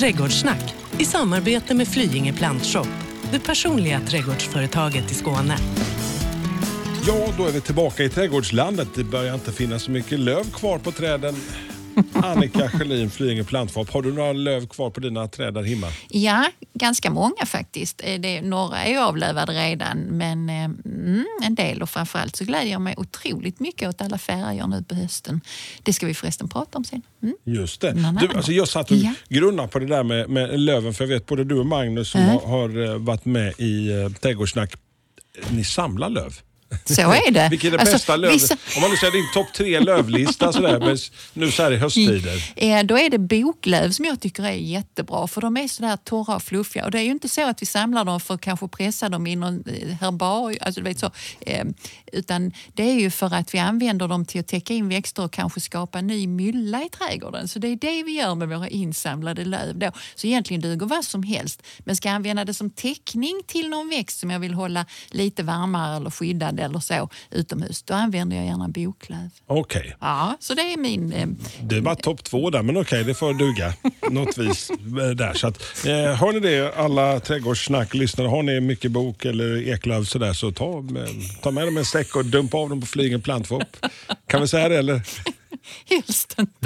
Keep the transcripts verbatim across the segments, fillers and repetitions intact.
Trädgårdssnack i samarbete med Flyinge Plantshop, det personliga trädgårdsföretaget i Skåne. Ja, då är vi tillbaka i trädgårdslandet. Det börjar inte finnas så mycket löv kvar på träden. Annika Sjölin, Flyinge Plantshop. Har du några löv kvar på dina träd där hemma? Ja, ganska många faktiskt. Det, några är ju avlövade redan, men mm, en del. Och framförallt så glädjer jag mig otroligt mycket åt alla färger nu på hösten. Det ska vi förresten prata om sen. Mm. Just det. Du, alltså jag satt och ja. grunnade på det där med, med löven, för jag vet både du och Magnus som mm. har, har varit med i uh, Trädgårdssnack, ni samlar löv. Så är det. Vilket är det alltså, bästa löv? Vissa... Om man nu säger din topp tre lövlista sådär, men nu så här i hösttider. Ja, då är det boklöv som jag tycker är jättebra, för de är sådär torra och fluffiga. Och det är ju inte så att vi samlar dem för att kanske pressa dem i någon herbar, alltså du vet så. Eh, utan det är ju för att vi använder dem till att täcka in växter och kanske skapa ny mylla i trädgården. Så det är det vi gör med våra insamlade löv då. Så egentligen duger vad som helst. Men ska jag använda det som täckning till någon växt som jag vill hålla lite varmare eller skyddad eller så utomhus, då använder jag gärna boklöv. Okej. Okay. Ja, så det är min... Eh, det var topp två där, men okej, okay, det får duga något vis där. Så att, eh, har ni det, alla trädgårdssnack-lyssnare, har ni mycket bok eller eklöv så där, så ta, ta med dem en säck och dumpa av dem på Flyinge Plantshop. Kan vi säga det, eller? Helst inte.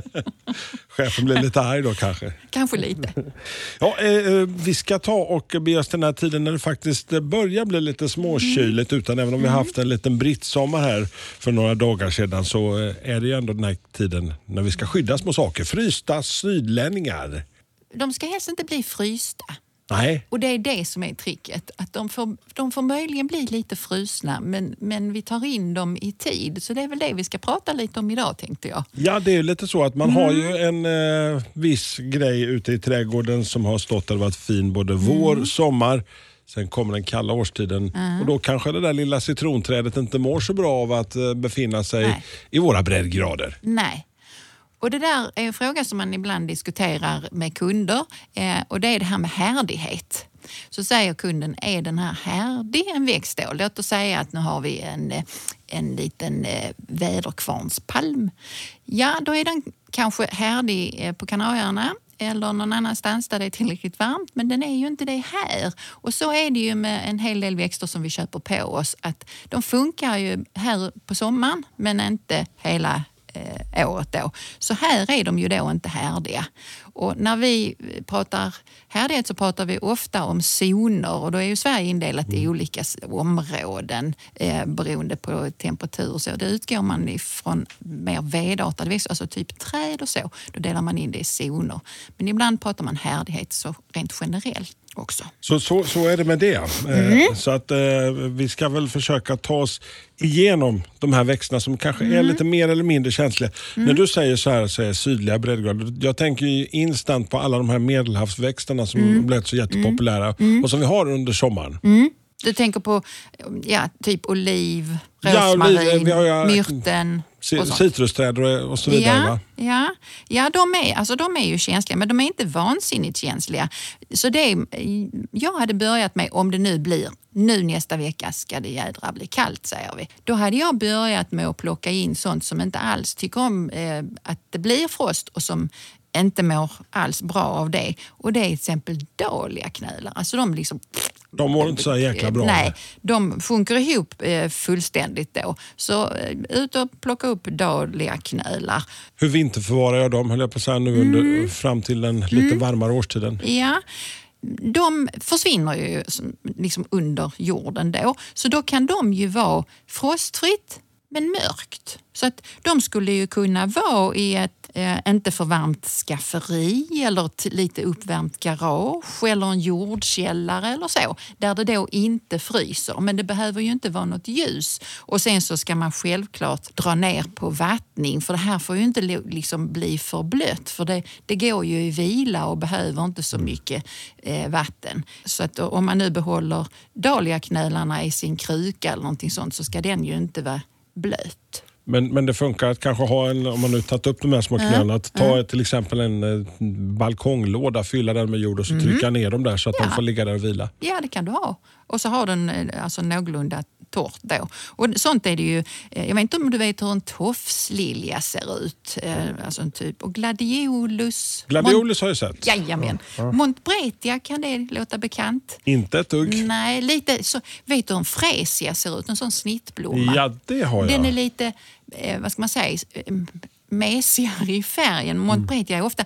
Chefen blir lite arg då kanske. Kanske lite. Ja, eh, vi ska ta och be oss den här tiden när det faktiskt börjar bli lite småkyligt mm. utan även om vi har haft en liten brittsommar här för några dagar sedan, så är det ju ändå den här tiden när vi ska skydda små saker. Frysta sydlänningar. De ska helst inte bli frysta. Nej. Och det är det som är tricket. Att de får, de får möjligen bli lite frusna, men, men vi tar in dem i tid. Så det är väl det vi ska prata lite om idag, tänkte jag. Ja, det är lite så att man mm. har ju en eh, viss grej ute i trädgården som har stått och varit fin både mm. vår, sommar. Sen kommer den kalla årstiden mm. och då kanske det där lilla citronträdet inte mår så bra av att eh, befinna sig Nej. i våra breddgrader. Nej. Och det där är en fråga som man ibland diskuterar med kunder eh, och det är det här med härdighet. Så säger kunden, är den här härdig en växt då? Låt oss säga att nu har vi en, en liten eh, väderkvarnspalm. Ja, då är den kanske härdig eh, på Kanarieöarna eller någon annanstans där det är tillräckligt varmt, men den är ju inte det här. Och så är det ju med en hel del växter som vi köper på oss, att de funkar ju här på sommaren men inte hela eh, året då. Så här är de ju då inte härdiga. Och när vi pratar härdighet så pratar vi ofta om zoner, och då är ju Sverige indelat i olika områden eh, beroende på temperatur. Så det utgår man ifrån mer vedartade växter, alltså typ träd och så. Då delar man in det i zoner. Men ibland pratar man härdighet så rent generellt också. Så, så, så är det med det. Mm. Eh, så att eh, vi ska väl försöka ta oss igenom de här växterna som kanske mm. är lite mer eller mindre känsliga. Mm. När du säger så här, så är sydliga breddgrader, jag tänker ju instant på alla de här medelhavsväxterna som mm. blivit så jättepopulära mm. och som vi har under sommaren. Mm. Du tänker på ja, typ oliv, rosmarin, ja, ja, myrten och citrusträd och så vidare, ja, va? Ja, ja de, är, alltså, de är ju känsliga, men de är inte vansinnigt känsliga. Så det jag hade börjat med, om det nu blir, nu nästa vecka ska det jädra bli kallt, säger vi. Då hade jag börjat med att plocka in sånt som inte alls tycker om eh, att det blir frost och som inte mår alls bra av det. Och det är till exempel dahliaknölar. Alltså de liksom... De mår inte så jäkla bra. Nej, de funkar ihop eh, fullständigt då. Så eh, ut och plocka upp dahliaknölar. Hur vinterförvarar jag dem, höll jag på att säga nu, under, mm. fram till den lite mm. varmare årstiden? Ja, de försvinner ju liksom under jorden då. Så då kan de ju vara frostfritt men mörkt. Så att de skulle ju kunna vara i ett eh, inte för varmt skafferi eller ett lite uppvärmt garage eller en jordkällare eller så. Där det då inte fryser. Men det behöver ju inte vara något ljus. Och sen så ska man självklart dra ner på vattning. För det här får ju inte liksom bli för blött. För det, det går ju i vila och behöver inte så mycket eh, vatten. Så att om man nu behåller dahliaknölarna i sin kruka eller någonting sånt, så ska den ju inte vara blöt. Men, men det funkar att kanske ha en, om man nu tagit upp de här små knölarna, att ta mm. till exempel en eh, balkonglåda, fylla den med jord och så mm. trycka ner dem där så att ja. de får ligga där och vila. Ja, det kan du ha. Och så har den alltså någorlunda torrt då. Och sånt är det ju, jag vet inte om du vet hur en tofslilja ser ut. Alltså en typ, och gladiolus. Gladiolus har jag sett. Jajamän. Ja. Montbretia, kan det låta bekant? Inte ett dugg. Nej, lite så. Vet du hur en fresia ser ut? En sån snittblomma. Ja, det har jag. Den är lite, eh, vad ska man säga, mesigare i färgen. Montbretia är ofta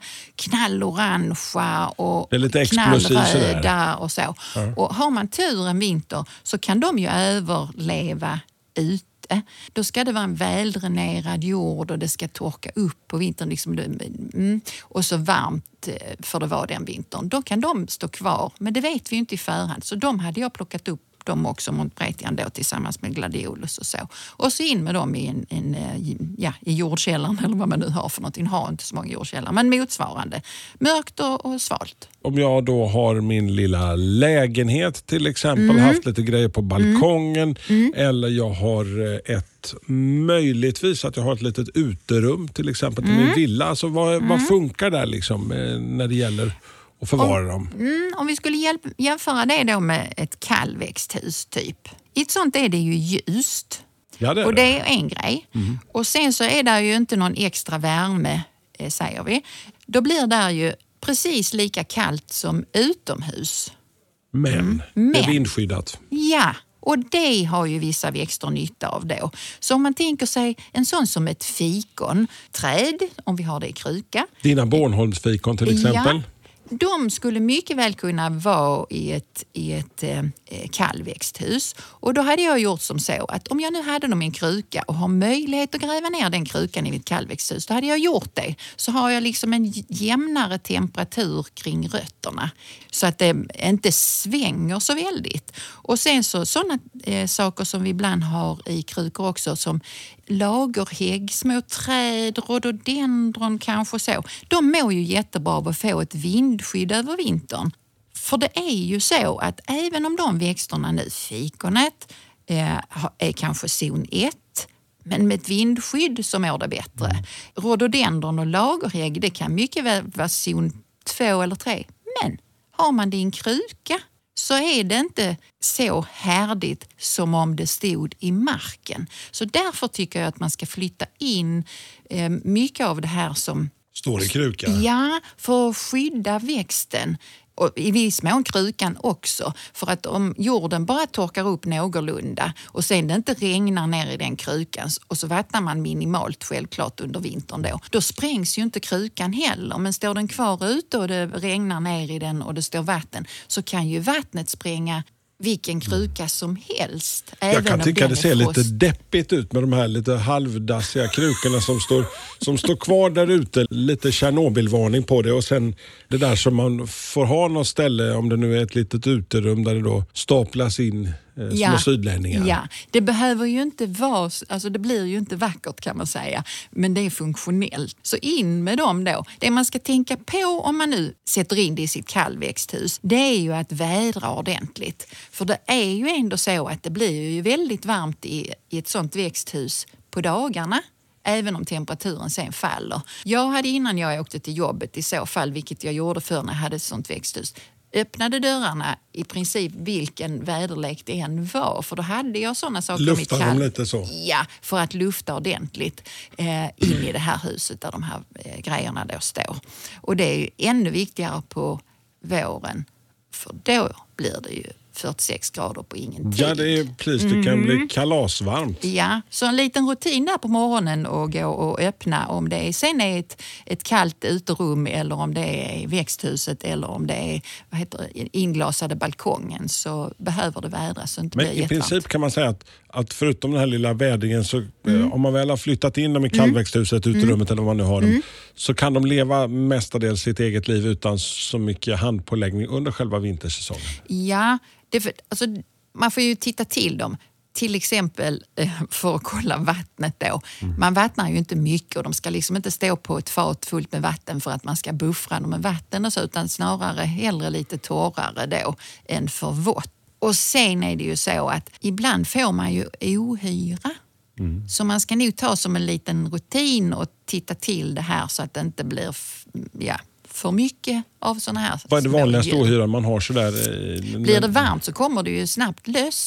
knallorangea och det är lite knallröda och så. Ja. Och har man tur en vinter så kan de ju överleva ute. Då ska det vara en väldränerad jord och det ska torka upp på vintern. Liksom, mm, och så varmt för det var den vintern. Då kan de stå kvar, men det vet vi ju inte i förhand. Så de hade jag plockat upp de också, Montbretian då, tillsammans med gladiolus och så. Och så in med dem i, en, en, ja, i jordkällaren eller vad man nu har för någonting. Har inte så många jordkällare, men motsvarande. Mörkt och, och svalt. Om jag då har min lilla lägenhet till exempel, mm. haft lite grejer på balkongen mm. eller jag har ett, möjligtvis att jag har ett litet uterum till exempel till mm. min villa. Alltså vad, mm. vad funkar där liksom när det gäller och förvara om, dem. Mm, om vi skulle hjälp, jämföra det då med ett kallväxthus typ. I ett sånt är det ju ljust. Ja, det är och det det. är en grej. Mm. Och sen så är det ju inte någon extra värme, eh, säger vi. Då blir det ju precis lika kallt som utomhus. Men, mm. Men det är vindskyddat. Ja, och det har ju vissa växter nytta av då. Så om man tänker sig en sån som ett fikon, träd, om vi har det i kruka. Dina Bornholmsfikon till exempel. Ja. De skulle mycket väl kunna vara i ett, i ett eh, kallväxthus. Och då hade jag gjort som så att om jag nu hade dem i en kruka och har möjlighet att gräva ner den krukan i ett kallväxthus, då hade jag gjort det. Så har jag liksom en jämnare temperatur kring rötterna så att det inte svänger så väldigt. Och sen så sådana eh, saker som vi ibland har i krukor också, som lagerhägg, små träd, rhododendron kanske så. De mår ju jättebra av att få ett vindskydd över vintern. För det är ju så att även om de växterna nu, fikonet, eh, är kanske zon ett, men med ett vindskydd så mår det bättre. Mm. Rhododendron och lagerhägg, det kan mycket väl vara zon två eller tre. Men har man det i en kruka så är det inte så härdigt som om det stod i marken. Så därför tycker jag att man ska flytta in eh, mycket av det här som står i krukan. Ja, för att skydda växten. Och i viss mån krukan också. För att om jorden bara torkar upp någorlunda och sen det inte regnar ner i den krukan och så vattnar man minimalt självklart under vintern då. Då sprängs ju inte krukan heller. Men står den kvar ute och det regnar ner i den och det står vatten, så kan ju vattnet spränga vilken kruka som helst. Jag kan tycka det ser lite deppigt ut med de här lite halvdassiga krukorna som står, som står kvar där ute. Lite Tjernobylvarning på det, och sen det där som man får ha något ställe, om det nu är ett litet uterum där det då staplas in eh, små ja. sydlänningar. Ja, det behöver ju inte vara, alltså det blir ju inte vackert kan man säga, men det är funktionellt. Så in med dem då. Det man ska tänka på om man nu sätter in det i sitt kallväxthus, det är ju att vädra ordentligt. För det är ju ändå så att det blir ju väldigt varmt i, i ett sånt växthus på dagarna. Även om temperaturen sen faller. Jag hade innan jag åkte till jobbet i så fall, vilket jag gjorde för när jag hade ett sånt växthus, öppnade dörrarna i princip vilken väderlek det än var. För då hade jag sådana saker. Luftar de lite så? Ja, för att lufta ordentligt eh, in i det här huset där de här eh, grejerna då står. Och det är ju ännu viktigare på våren. För då blir det ju fyrtiosex grader på ingen tid. Ja, det är precis. Det kan mm. bli kalasvarmt. Ja, så en liten rutin där på morgonen och gå och öppna om det är, sen är ett, ett kallt uterum eller om det är växthuset eller om det är vad heter det, inglasade balkongen, så behöver det vädras så inte Men blir i jättevarmt. princip kan man säga att, att förutom den här lilla vädringen så mm. om man väl har flyttat in dem i kallväxthuset, mm. uterummet eller vad man nu har dem, mm. så kan de leva mestadels sitt eget liv utan så mycket handpåläggning under själva vintersäsongen. Ja, det för, alltså, man får ju titta till dem. Till exempel för att kolla vattnet då. Mm. Man vattnar ju inte mycket och de ska liksom inte stå på ett fat fullt med vatten för att man ska buffra dem med vatten och så, utan snarare hellre lite torrare då än för vått. Och sen är det ju så att ibland får man ju ohyra. Mm. Så man ska nog ta som en liten rutin och titta till det här så att det inte blir ja, för mycket av sådana här. Vad är det vanligaste ohyran man har sådär? Blir det varmt så kommer det ju snabbt löss.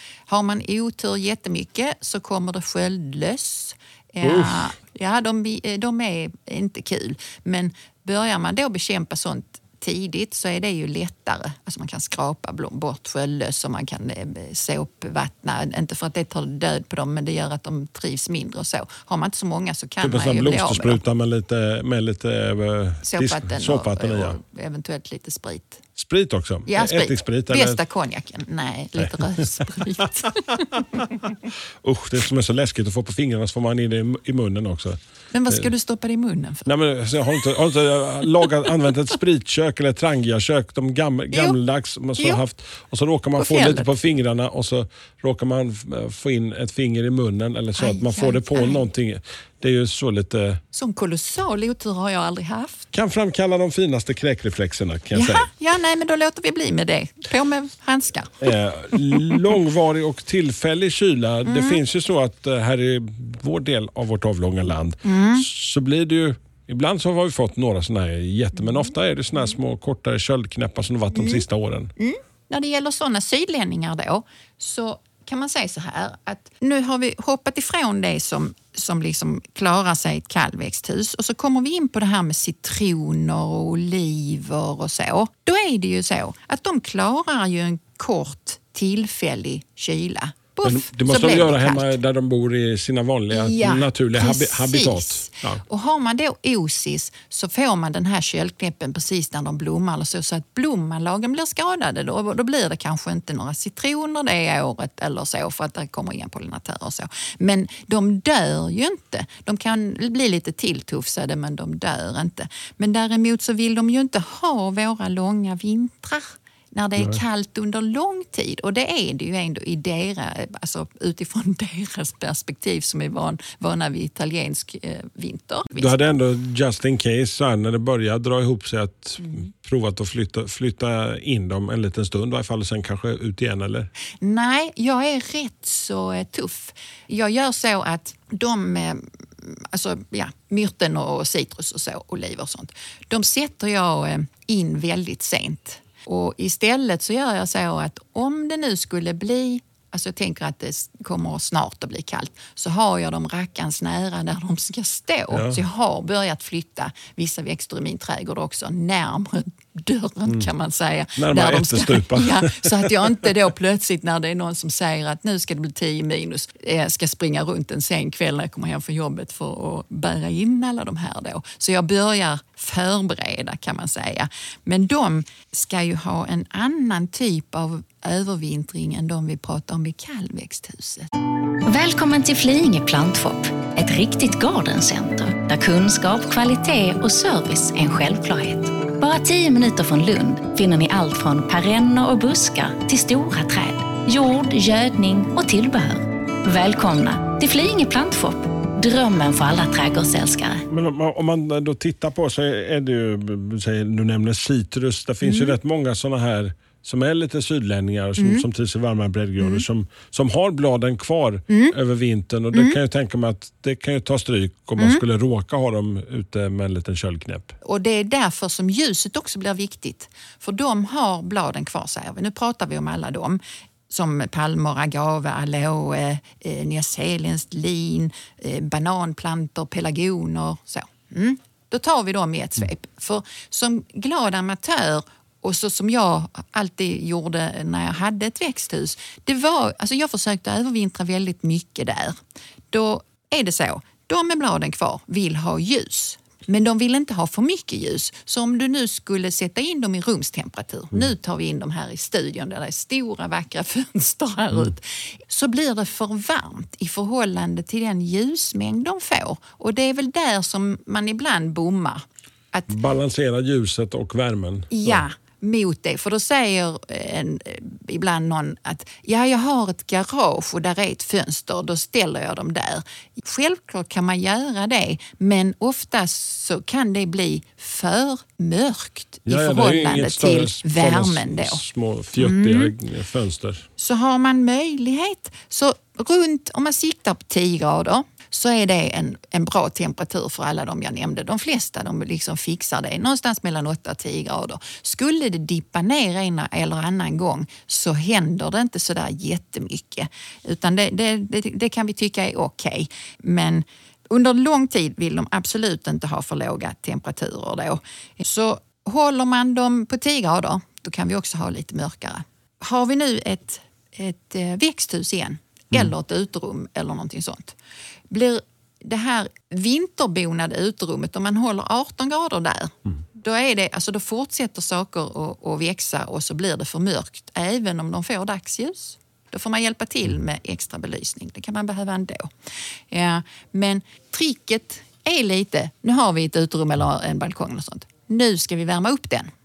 Har man otur jättemycket så kommer det sköldlöss. Ja, ja de, de är inte kul. Men börjar man då bekämpa sånt tidigt så är det ju lättare. Alltså man kan skrapa bort sköldlöss och man kan såpvattna. Inte för att det tar död på dem, men det gör att de trivs mindre och så. Har man inte så många så kan typ man ju bli av med dem. Blomsterspruta med lite, med lite såpvatten, såpvatten och, och, ja. och eventuellt lite sprit. Sprit också? Ja, sprit. Ättiksprit, bästa eller? konjaken. Nej, lite rödsprit. Usch, det som är så läskigt att få på fingrarna så får man in det i munnen också. Men vad ska du stoppa det i munnen för? Nej, men jag har inte, har inte lagat, använt ett spritkök eller ett trangiakök, de gam, gammaldags som har haft, och så råkar man på få fjället. Lite på fingrarna och så råkar man få in ett finger i munnen eller så aj, att man får aj, det på aj. någonting. Det är ju så lite... Som kolossal otur har jag aldrig haft. Kan framkalla de finaste kräkreflexerna kan jag Jaha, säga. Ja, nej, men då låter vi bli med det. På med handskar. Eh, långvarig och tillfällig kyla. Mm. Det finns ju så att eh, här i vår del av vårt avlånga land mm. så blir det ju... Ibland så har vi fått några sådana här jätte, men ofta är det sådana här små kortare köldknäppar som det varit de mm. sista åren. Mm. När det gäller sådana sydlänningar då så kan man säga så här att nu har vi hoppat ifrån det som, som liksom klarar sig i ett kallväxthus och så kommer vi in på det här med citroner och oliver och så. Då är det ju så att de klarar ju en kort tillfällig kyla. Puff, det måste de göra hemma där de bor i sina vanliga ja, naturliga precis. habitat. Ja. Och har man då osis så får man den här köldknäppen precis när de blommar eller så, så att blommanlagen blir skadade. Då, då blir det kanske inte några citroner det året eller så för att det kommer inga pollinatörer och så. Men de dör ju inte. De kan bli lite tilltufsade men de dör inte. Men däremot så vill de ju inte ha våra långa vintrar. När det är Nej. kallt under lång tid. Och det är det ju ändå i deras, alltså utifrån deras perspektiv som är van, vana vid italiensk eh, vinter. Du hade ändå just in case så när det började dra ihop sig att mm. provat att flytta, flytta in dem en liten stund i varje fall och sen kanske ut igen eller? Nej, jag är rätt så eh, tuff. Jag gör så att de... Eh, alltså ja, myrten och citrus och så, oliver och sånt. De sätter jag eh, in väldigt sent. Och istället så gör jag så att om det nu skulle bli, alltså jag tänker att det kommer snart att bli kallt, så har jag dem rackans nära där de ska stå. Ja. Så jag har börjat flytta vissa växter i min trädgård också närmare dörren mm. kan man säga. Närmare där efterstupa. Ja, så att jag inte då plötsligt när det är någon som säger att nu ska det bli tio minus ska springa runt en sen kväll när jag kommer hem från jobbet för att bära in alla de här då. Så jag börjar förbereda kan man säga. Men de ska ju ha en annan typ av övervintring än de vi pratar om i kallväxthuset. Välkommen till Flyinge Plantshop, ett riktigt gardencenter där kunskap, kvalitet och service är en självklarhet. Bara tio minuter från Lund finner ni allt från perenner och buskar till stora träd, jord, gödning och tillbehör. Välkomna till Flyinge Plantshop, drömmen för alla trädgårdsälskare. Men om man då tittar på så är det ju, du nämner citrus, det finns mm. ju rätt många sådana här som är lite sydlänningar som, mm. som trivs i varma breddgrader mm. som, som har bladen kvar mm. över vintern och det mm. kan jag tänka mig att det kan ju ta stryk om man mm. skulle råka ha dem ute med en liten köldknäpp. Och det är därför som ljuset också blir viktigt. För de har bladen kvar, säger vi. Nu pratar vi om alla dem. Som palmer, agave, aloe, eh, nyzeeländskt lin, eh, bananplantor, pelargoner. Så. Mm. Då tar vi dem i ett svep. Mm. För som glad amatör och så som jag alltid gjorde när jag hade ett växthus, det var, alltså jag försökte övervintra väldigt mycket där. Då är det så, de med bladen kvar vill ha ljus. Men de vill inte ha för mycket ljus. Så om du nu skulle sätta in dem i rumstemperatur, mm. nu tar vi in dem här i studion där det är stora vackra fönster här mm. ut, så blir det för varmt i förhållande till den ljusmängd de får. Och det är väl där som man ibland bommar. Att, balansera ljuset och värmen. Ja, mot det. För då säger en, ibland någon att ja, jag har ett garage och där är ett fönster, då ställer jag dem där. Självklart kan man göra det, men oftast så kan det bli för mörkt ja, i förhållande till värmen då. Små fjuttiga mm. fönster. Så har man möjlighet, så runt, om man siktar på tio grader, så är det en, en bra temperatur för alla de jag nämnde. De flesta de liksom fixar det någonstans mellan åtta och tio grader. Skulle det dippa ner en eller annan gång så händer det inte så där jättemycket. Utan det, det, det, det kan vi tycka är okej. Men under lång tid vill de absolut inte ha för låga temperaturer då. Så håller man dem på tio grader, då kan vi också ha lite mörkare. Har vi nu ett, ett växthus igen, mm. eller ett uterum eller någonting sånt, blir det här vinterbonade uterummet, om man håller arton grader där, mm. då, är det, alltså då fortsätter saker att, att växa och så blir det för mörkt, även om de får dagsljus. Då får man hjälpa till med extra belysning. Det kan man behöva ändå. Ja, men tricket är lite, nu har vi ett uterum eller en balkong och sånt. Nu ska vi värma upp den.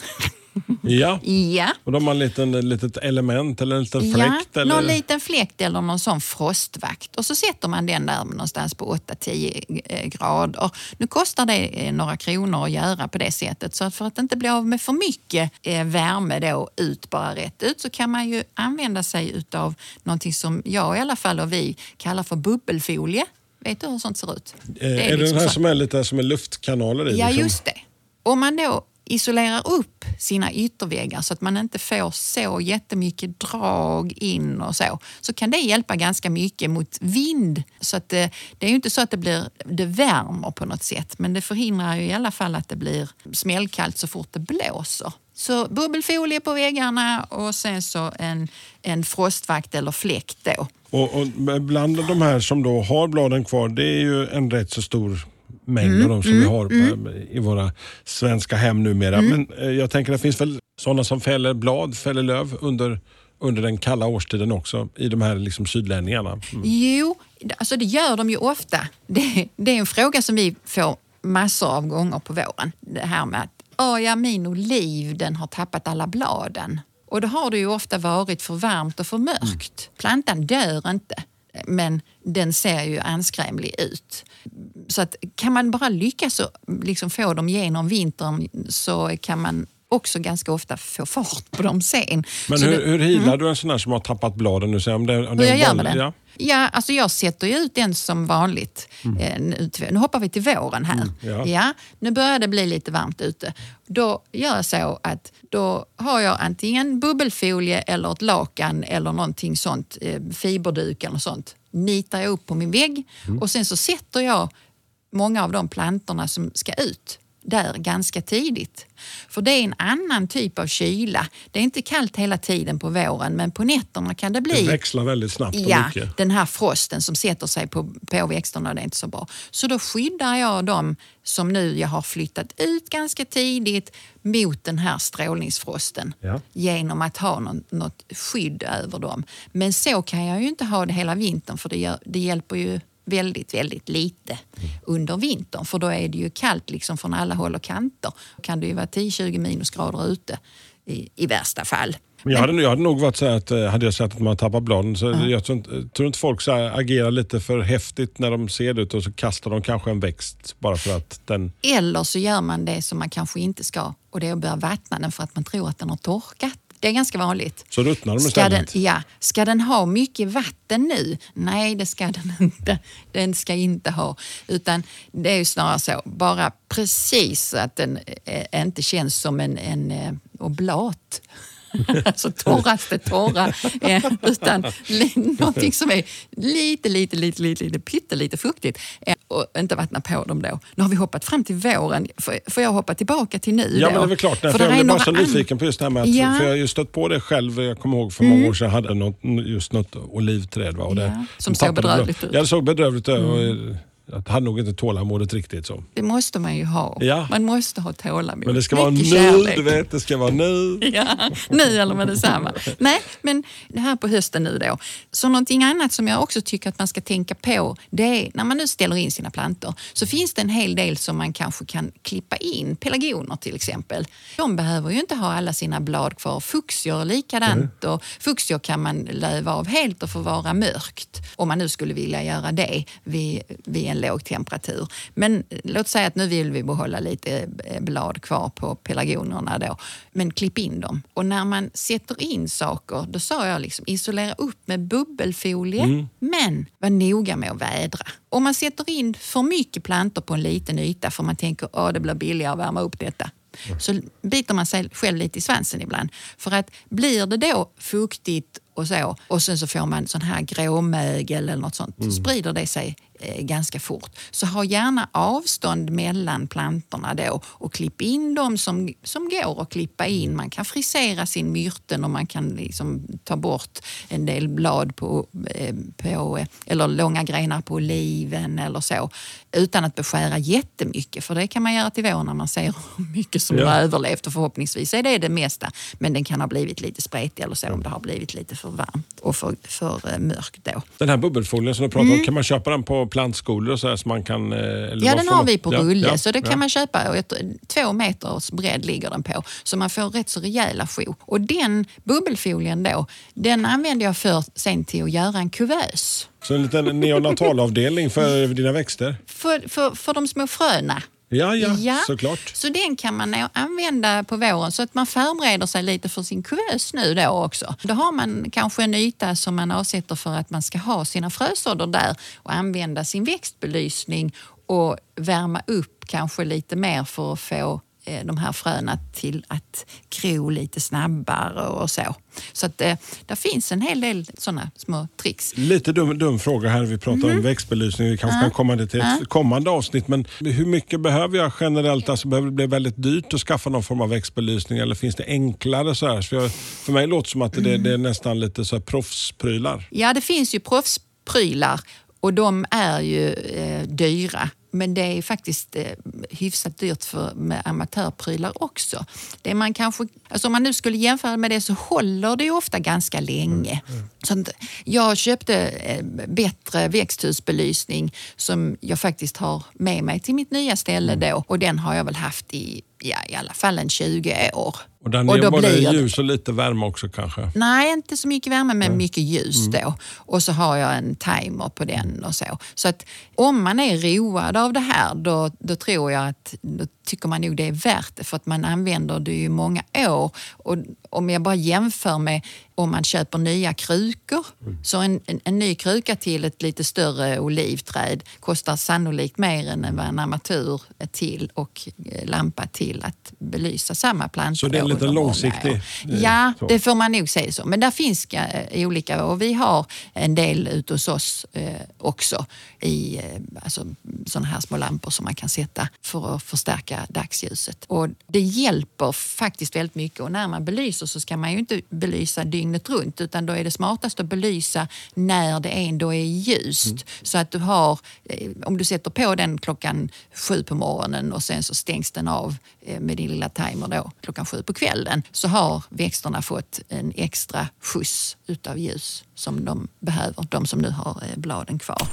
Ja. ja. Och då har man ett litet element eller en liten fläkt? Ja, eller? någon liten fläkt eller någon sån frostvakt. Och så sätter man den där någonstans på åtta till tio grader. Nu kostar det några kronor att göra på det sättet. Så att för att inte bli av med för mycket värme då ut bara rätt ut, så kan man ju använda sig utav någonting som jag i alla fall och vi kallar för bubbelfolie. Vet du hur sånt ser ut? Eh, det är, är det liksom den här så... som är lite som är luftkanaler i? Ja, liksom? Just det. Om man då isolerar upp sina ytterväggar så att man inte får så jättemycket drag in och så, så kan det hjälpa ganska mycket mot vind. Så att det, det är ju inte så att det blir det värmer på något sätt, men det förhindrar ju i alla fall att det blir smällkallt så fort det blåser. Så bubbelfolie på väggarna och sen så en, en frostvakt eller fläkt då. Och, och bland de här som då har bladen kvar, det är ju en rätt så stor mängd mm, av dem som mm, vi har på, mm. i våra svenska hem numera. Mm. Men eh, jag tänker att det finns väl sådana som fäller blad, fäller löv under, under den kalla årstiden också i de här liksom sydlänningarna. Mm. Jo, alltså det gör de ju ofta. Det, det är en fråga som vi får massor av gånger på våren. Det här med att åh ja, min oliv, den har tappat alla bladen. Och då har det ju ofta varit för varmt och för mörkt. Mm. Plantan dör inte, men den ser ju anskrämlig ut. Så att kan man bara lyckas så, liksom få dem genom vintern, så kan man också ganska ofta få fart på dem sen. Men så hur, det, hur healar mm. du en sån här som har tappat bladen nu? Om det, om hur jag gör med boll, den? Ja. Ja, alltså jag sätter ju ut den som vanligt. Mm. Eh, nu, nu hoppar vi till våren här. Mm, ja. Ja, nu börjar det bli lite varmt ute. Då gör jag så att då har jag antingen bubbelfolie eller ett lakan eller någonting sånt, eh, fiberduk eller sånt. Nitar jag upp på min vägg mm. och sen så sätter jag många av de plantorna som ska ut där ganska tidigt. För det är en annan typ av kyla. Det är inte kallt hela tiden på våren, men på nätterna kan det bli... Det växlar väldigt snabbt och ja, mycket. Den här frosten som sätter sig på, på växterna, det är inte så bra. Så då skyddar jag dem som nu jag har flyttat ut ganska tidigt mot den här strålningsfrosten. Ja. Genom att ha något, något skydd över dem. Men så kan jag ju inte ha det hela vintern, för det, gör, det hjälper ju väldigt, väldigt lite under vintern. För då är det ju kallt liksom från alla håll och kanter. Kan det ju vara tio till tjugo minusgrader ute i, i värsta fall. Men jag, hade, jag hade nog varit så här att hade jag sett att man tappar bladen, så uh-huh. jag tror, tror inte folk så här agerar lite för häftigt när de ser det ut och så kastar de kanske en växt bara för att den... Eller så gör man det som man kanske inte ska, och det är att börja vattna den för att man tror att den har torkat. Det är ganska vanligt. Så ruttnar de ska istället? Den, ja. Ska den ha mycket vatten nu? Nej, det ska den inte. Den ska inte ha. Utan det är ju snarare så, bara precis att den eh, inte känns som en, en eh, oblat. Alltså torraste torra. Eh, utan någonting som är lite, lite, lite, lite, lite pyttelite fuktigt. Eh, och inte vattna på dem då. Nu har vi hoppat fram till våren. Får, får jag hoppa tillbaka till nu? Ja, då? men det är väl klart. För, för jag blev bara så an... nyfiken på just det här med att, ja. för jag har ju stött på det själv. Jag kommer ihåg för många mm. år sedan hade något, just något olivträd. Va? Och det, ja. Som såg bedrövligt ut. Ja, det såg bedrövligt ut. Mm. Jag hade nog inte tålamodet riktigt så. Det måste man ju ha. Ja. Man måste ha tålamod. Men det ska vara nu, kärlek. du vet. Det ska vara nu. Ja, nu eller med detsamma. Nej, men det här på hösten nu då. Så någonting annat som jag också tycker att man ska tänka på, det är när man nu ställer in sina plantor, så finns det en hel del som man kanske kan klippa in. Pelargoner till exempel. De behöver ju inte ha alla sina blad kvar. Fuchsior likadant. Mm. Och fuchsior kan man löva av helt och förvara mörkt. Om man nu skulle vilja göra det vid, vid en låg temperatur. Men låt säga att nu vill vi behålla lite blad kvar på pelargonerna då. Men klipp in dem. Och när man sätter in saker, då sa jag liksom isolera upp med bubbelfolie. Mm. Men var noga med att vädra. Om man sätter in för mycket plantor på en liten yta för man tänker att det blir billigare att värma upp detta. Så biter man sig själv lite i svansen ibland. För att blir det då fuktigt och så, och sen så får man sån här gråmögel eller något sånt, mm. så sprider det sig eh, ganska fort. Så ha gärna avstånd mellan plantorna då och klipp in dem som, som går att klippa in. Man kan frisera sin myrten och man kan liksom ta bort en del blad på, eh, på eller långa grenar på oliven eller så, utan att beskära jättemycket, för det kan man göra till vår när man ser hur mycket som ja. har överlevt, och förhoppningsvis är det det mesta, men den kan ha blivit lite spretig eller så om det har blivit lite för varmt och för, för mörkt då. Den här bubbelfolien som du pratar mm. om, kan man köpa den på plantskolor så här så man kan... Eller ja, den har man... vi på rulle, ja, så det ja. kan man köpa, och ett, två meters bredd ligger den på, så man får rätt så rejäla sjok. Och den bubbelfolien då, den använder jag för sen till att göra en kuvös. Så en liten neonatalavdelning för dina växter? För, för, för de små fröna. Ja, ja, ja, såklart. Så den kan man använda på våren så att man förbereder sig lite för sin kuvös nu då också. Då har man kanske en yta som man avsätter för att man ska ha sina frösådder där och använda sin växtbelysning och värma upp kanske lite mer för att få de här fröna till att gro lite snabbare och så. Så att eh, där finns en hel del sådana små tricks. Lite dum, dum fråga här, vi pratar mm. om växtbelysning, vi kanske uh. kan komma det till ett uh. kommande avsnitt, men hur mycket behöver jag generellt? Alltså behöver det bli väldigt dyrt att skaffa någon form av växtbelysning, eller finns det enklare så här? För, jag, för mig låter det som att det, mm. det är nästan lite så här proffsprylar. Ja, det finns ju proffsprylar och de är ju eh, dyra. Men det är faktiskt eh, hyfsat dyrt för med amatörprylar också. Det man kanske, alltså om man nu skulle jämföra med det så håller det ju ofta ganska länge. Mm, mm. Så att jag köpte eh, bättre växthusbelysning som jag faktiskt har med mig till mitt nya ställe mm. då. Och den har jag väl haft i, ja, i alla fall en tjugo år. Och den är och både ljus och lite värme också kanske? Nej, inte så mycket värme, men mm. mycket ljus då. Mm. Och så har jag en timer på den och så. Så att om man är road av det här, då, då tror jag att då tycker man nog det är värt det, för att man använder det ju många år. Och om jag bara jämför med om man köper nya krukor, mm. så en, en, en ny kruka till ett lite större olivträd kostar sannolikt mer än vad en amatör till och lampa till att belysa samma planta. Så det är lite långsiktig? Ja, så. Det får man nog säga så. Men där finns äh, olika, och vi har en del ute hos oss äh, också i äh, alltså, sådana här små lampor som man kan sätta för att förstärka dagsljuset. Och det hjälper faktiskt väldigt mycket, och när man belyser så ska man ju inte belysa dygnet runt, utan då är det smartast att belysa när det ändå är ljust. Mm. Så att du har, om du sätter på den klockan sju på morgonen och sen så stängs den av med din lilla timer då klockan sju på kvällen, så har växterna fått en extra skjuts utav ljus som de behöver, de som nu har bladen kvar.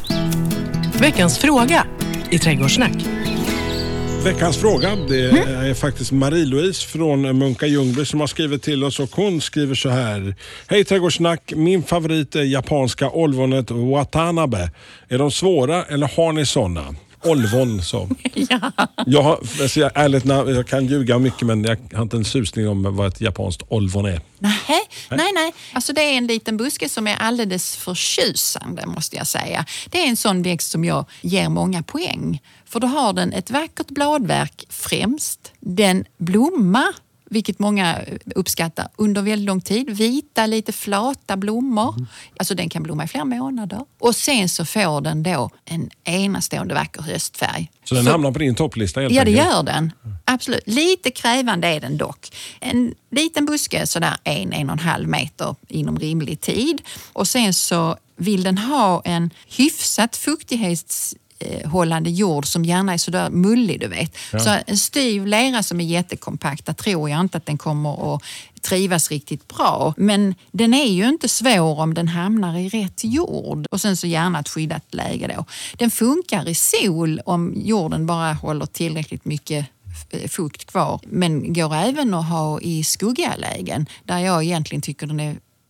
Veckans fråga i Trädgårdssnack. Veckans fråga, det är faktiskt Marie-Louise från Munka Ljungby som har skrivit till oss, och hon skriver så här: hej Trädgårdssnack, min favorit är japanska olvonet Watanabe. Är de svåra eller har ni sådana? Olvon så. Ja. Jag, har, alltså jag, ärligt, jag kan ljuga mycket, men jag har inte en susning om vad ett japanskt olvon är. Nej, nej, nej. Alltså det är en liten buske som är alldeles förtjusande, måste jag säga. Det är en sån växt som jag ger många poäng. För då har den ett vackert bladverk främst. Den blommar, vilket många uppskattar, under väldigt lång tid. Vita, lite flata blommor. Mm. Alltså den kan blomma i flera månader. Och sen så får den då en enastående vacker höstfärg. Så den så, hamnar på din topplista helt Ja, det gör den. Absolut. Lite krävande är den dock. En liten buske, sådär en, en och en halv meter inom rimlig tid. Och sen så vill den ha en hyfsat fuktighets hållande jord som gärna är sådär mullig, du vet. Ja. Så en styv lera som är jättekompakt, där tror jag inte att den kommer att trivas riktigt bra. Men den är ju inte svår om den hamnar i rätt jord. Och sen så gärna ett skyddat läge då. Den funkar i sol om jorden bara håller tillräckligt mycket fukt kvar. Men går även att ha i skuggiga lägen, där jag egentligen tycker den är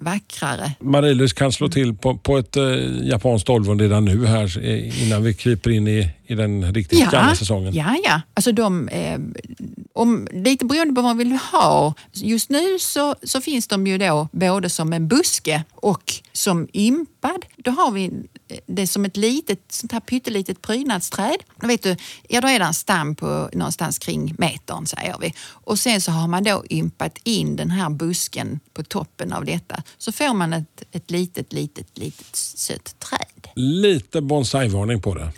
vackrare. Marie-Louise kan slå till på, på ett eh, japanskt Olvon redan nu här eh, innan vi kryper in i, i den riktigt Ja, gamla säsongen. ja, ja. Alltså de, eh, om, lite beroende på vad man vill ha. Just nu så, så finns de ju då både som en buske och som ympad. Då har vi det som ett litet, sånt här pyttelitet prydnadsträd. Då vet du, ja då är det en stam på någonstans kring metern säger vi. Och sen så har man då ympat in den här busken på toppen av detta. Så får man ett, ett litet, litet, litet sött träd. Lite bonsai-varning på det.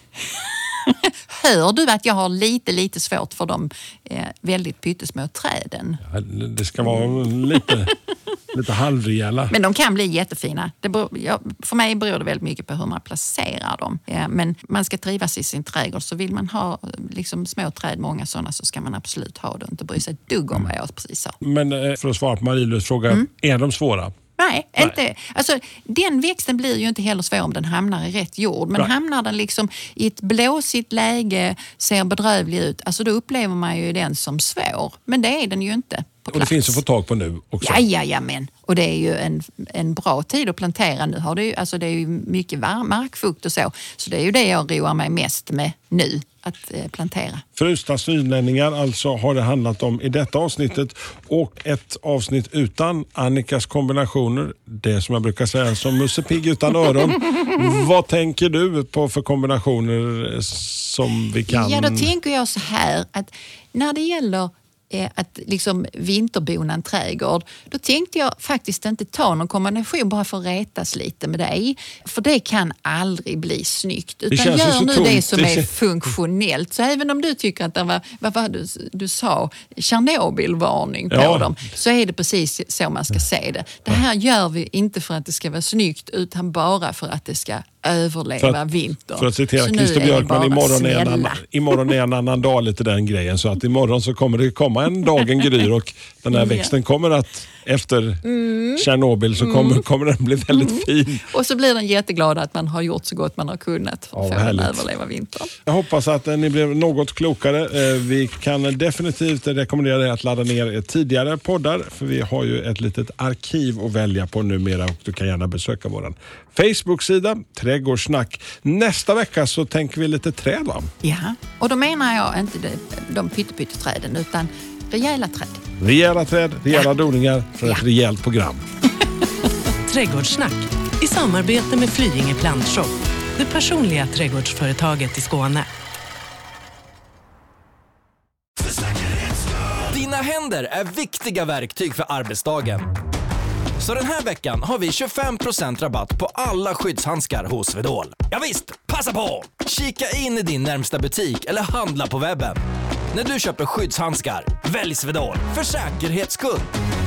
Hör du att jag har lite, lite svårt för de eh, väldigt pyttesmå träden? Ja, det ska vara lite, lite halvrejäla. Men de kan bli jättefina. Det beror, ja, för mig beror det väldigt mycket på hur man placerar dem. Ja, men man ska trivas i sin trädgård. Så vill man ha liksom, små träd, många sådana, så ska man absolut ha det och inte bry sig ett dugg om vad jag precis sa. Men eh, för att svara på Marie-Louise fråga, mm. är de svåra? Nej, Nej, inte. Alltså, den växten blir ju inte heller svår om den hamnar i rätt jord. Men Nej. hamnar den liksom i ett blåsigt läge, ser bedrövlig ut, alltså då upplever man ju den som svår. Men det är den ju inte. Och det finns att få tag på nu också. Ja, ja, ja, men. Och det är ju en, en bra tid att plantera nu. Har det, ju, alltså det är ju mycket varm, markfukt och så. Så det är ju det jag roar mig mest med nu, att eh, plantera. Frusna sydlänningar alltså har det handlat om i detta avsnittet. Och ett avsnitt utan Annikas kombinationer. Det som jag brukar säga som Musse Pigg utan öron. Vad tänker du på för kombinationer som vi kan? Ja, då tänker jag så här att när det gäller att liksom vinterbona en trädgård, då tänkte jag faktiskt inte ta någon kombination bara för att retas lite med dig. För det kan aldrig bli snyggt. Utan gör nu tomt. Det som är funktionellt. Så även om du tycker att det var, vad var du, du sa, Tjernobylvarning på ja. dem, så är det precis så man ska se det. Det här gör vi inte för att det ska vara snyggt, utan bara för att det ska överleva för att, vintern. För att citera Christer Björkman, imorgon är, en annan, imorgon är en annan dag lite den grejen. Så att imorgon så kommer det komma en dagen gryr och den här växten kommer att efter mm. Tjernobyl så kommer, mm. kommer den bli väldigt mm. fin. Och så blir den jätteglad att man har gjort så gott man har kunnat för att ja, få den överleva vintern. Jag hoppas att ni blev något klokare. Vi kan definitivt rekommendera dig att ladda ner tidigare poddar, för vi har ju ett litet arkiv att välja på numera och du kan gärna besöka vår Facebook-sida Trädgårdssnack. Nästa vecka så tänker vi lite träd, va? Ja, och då menar jag inte de, de pyttepytteträden utan rejäla träd. Rejäla träd, rejäla ja. doningar för ja. ett rejält program. Trädgårdssnack i samarbete med Flyinge Plantshop, det personliga trädgårdsföretaget i Skåne. Dina händer är viktiga verktyg för arbetsdagen. Så den här veckan har vi tjugofem procent rabatt på alla skyddshandskar hos Swedol. Ja visst, passa på! Kika in i din närmsta butik eller handla på webben. När du köper skyddshandskar, välj Swedol för säkerhets skull.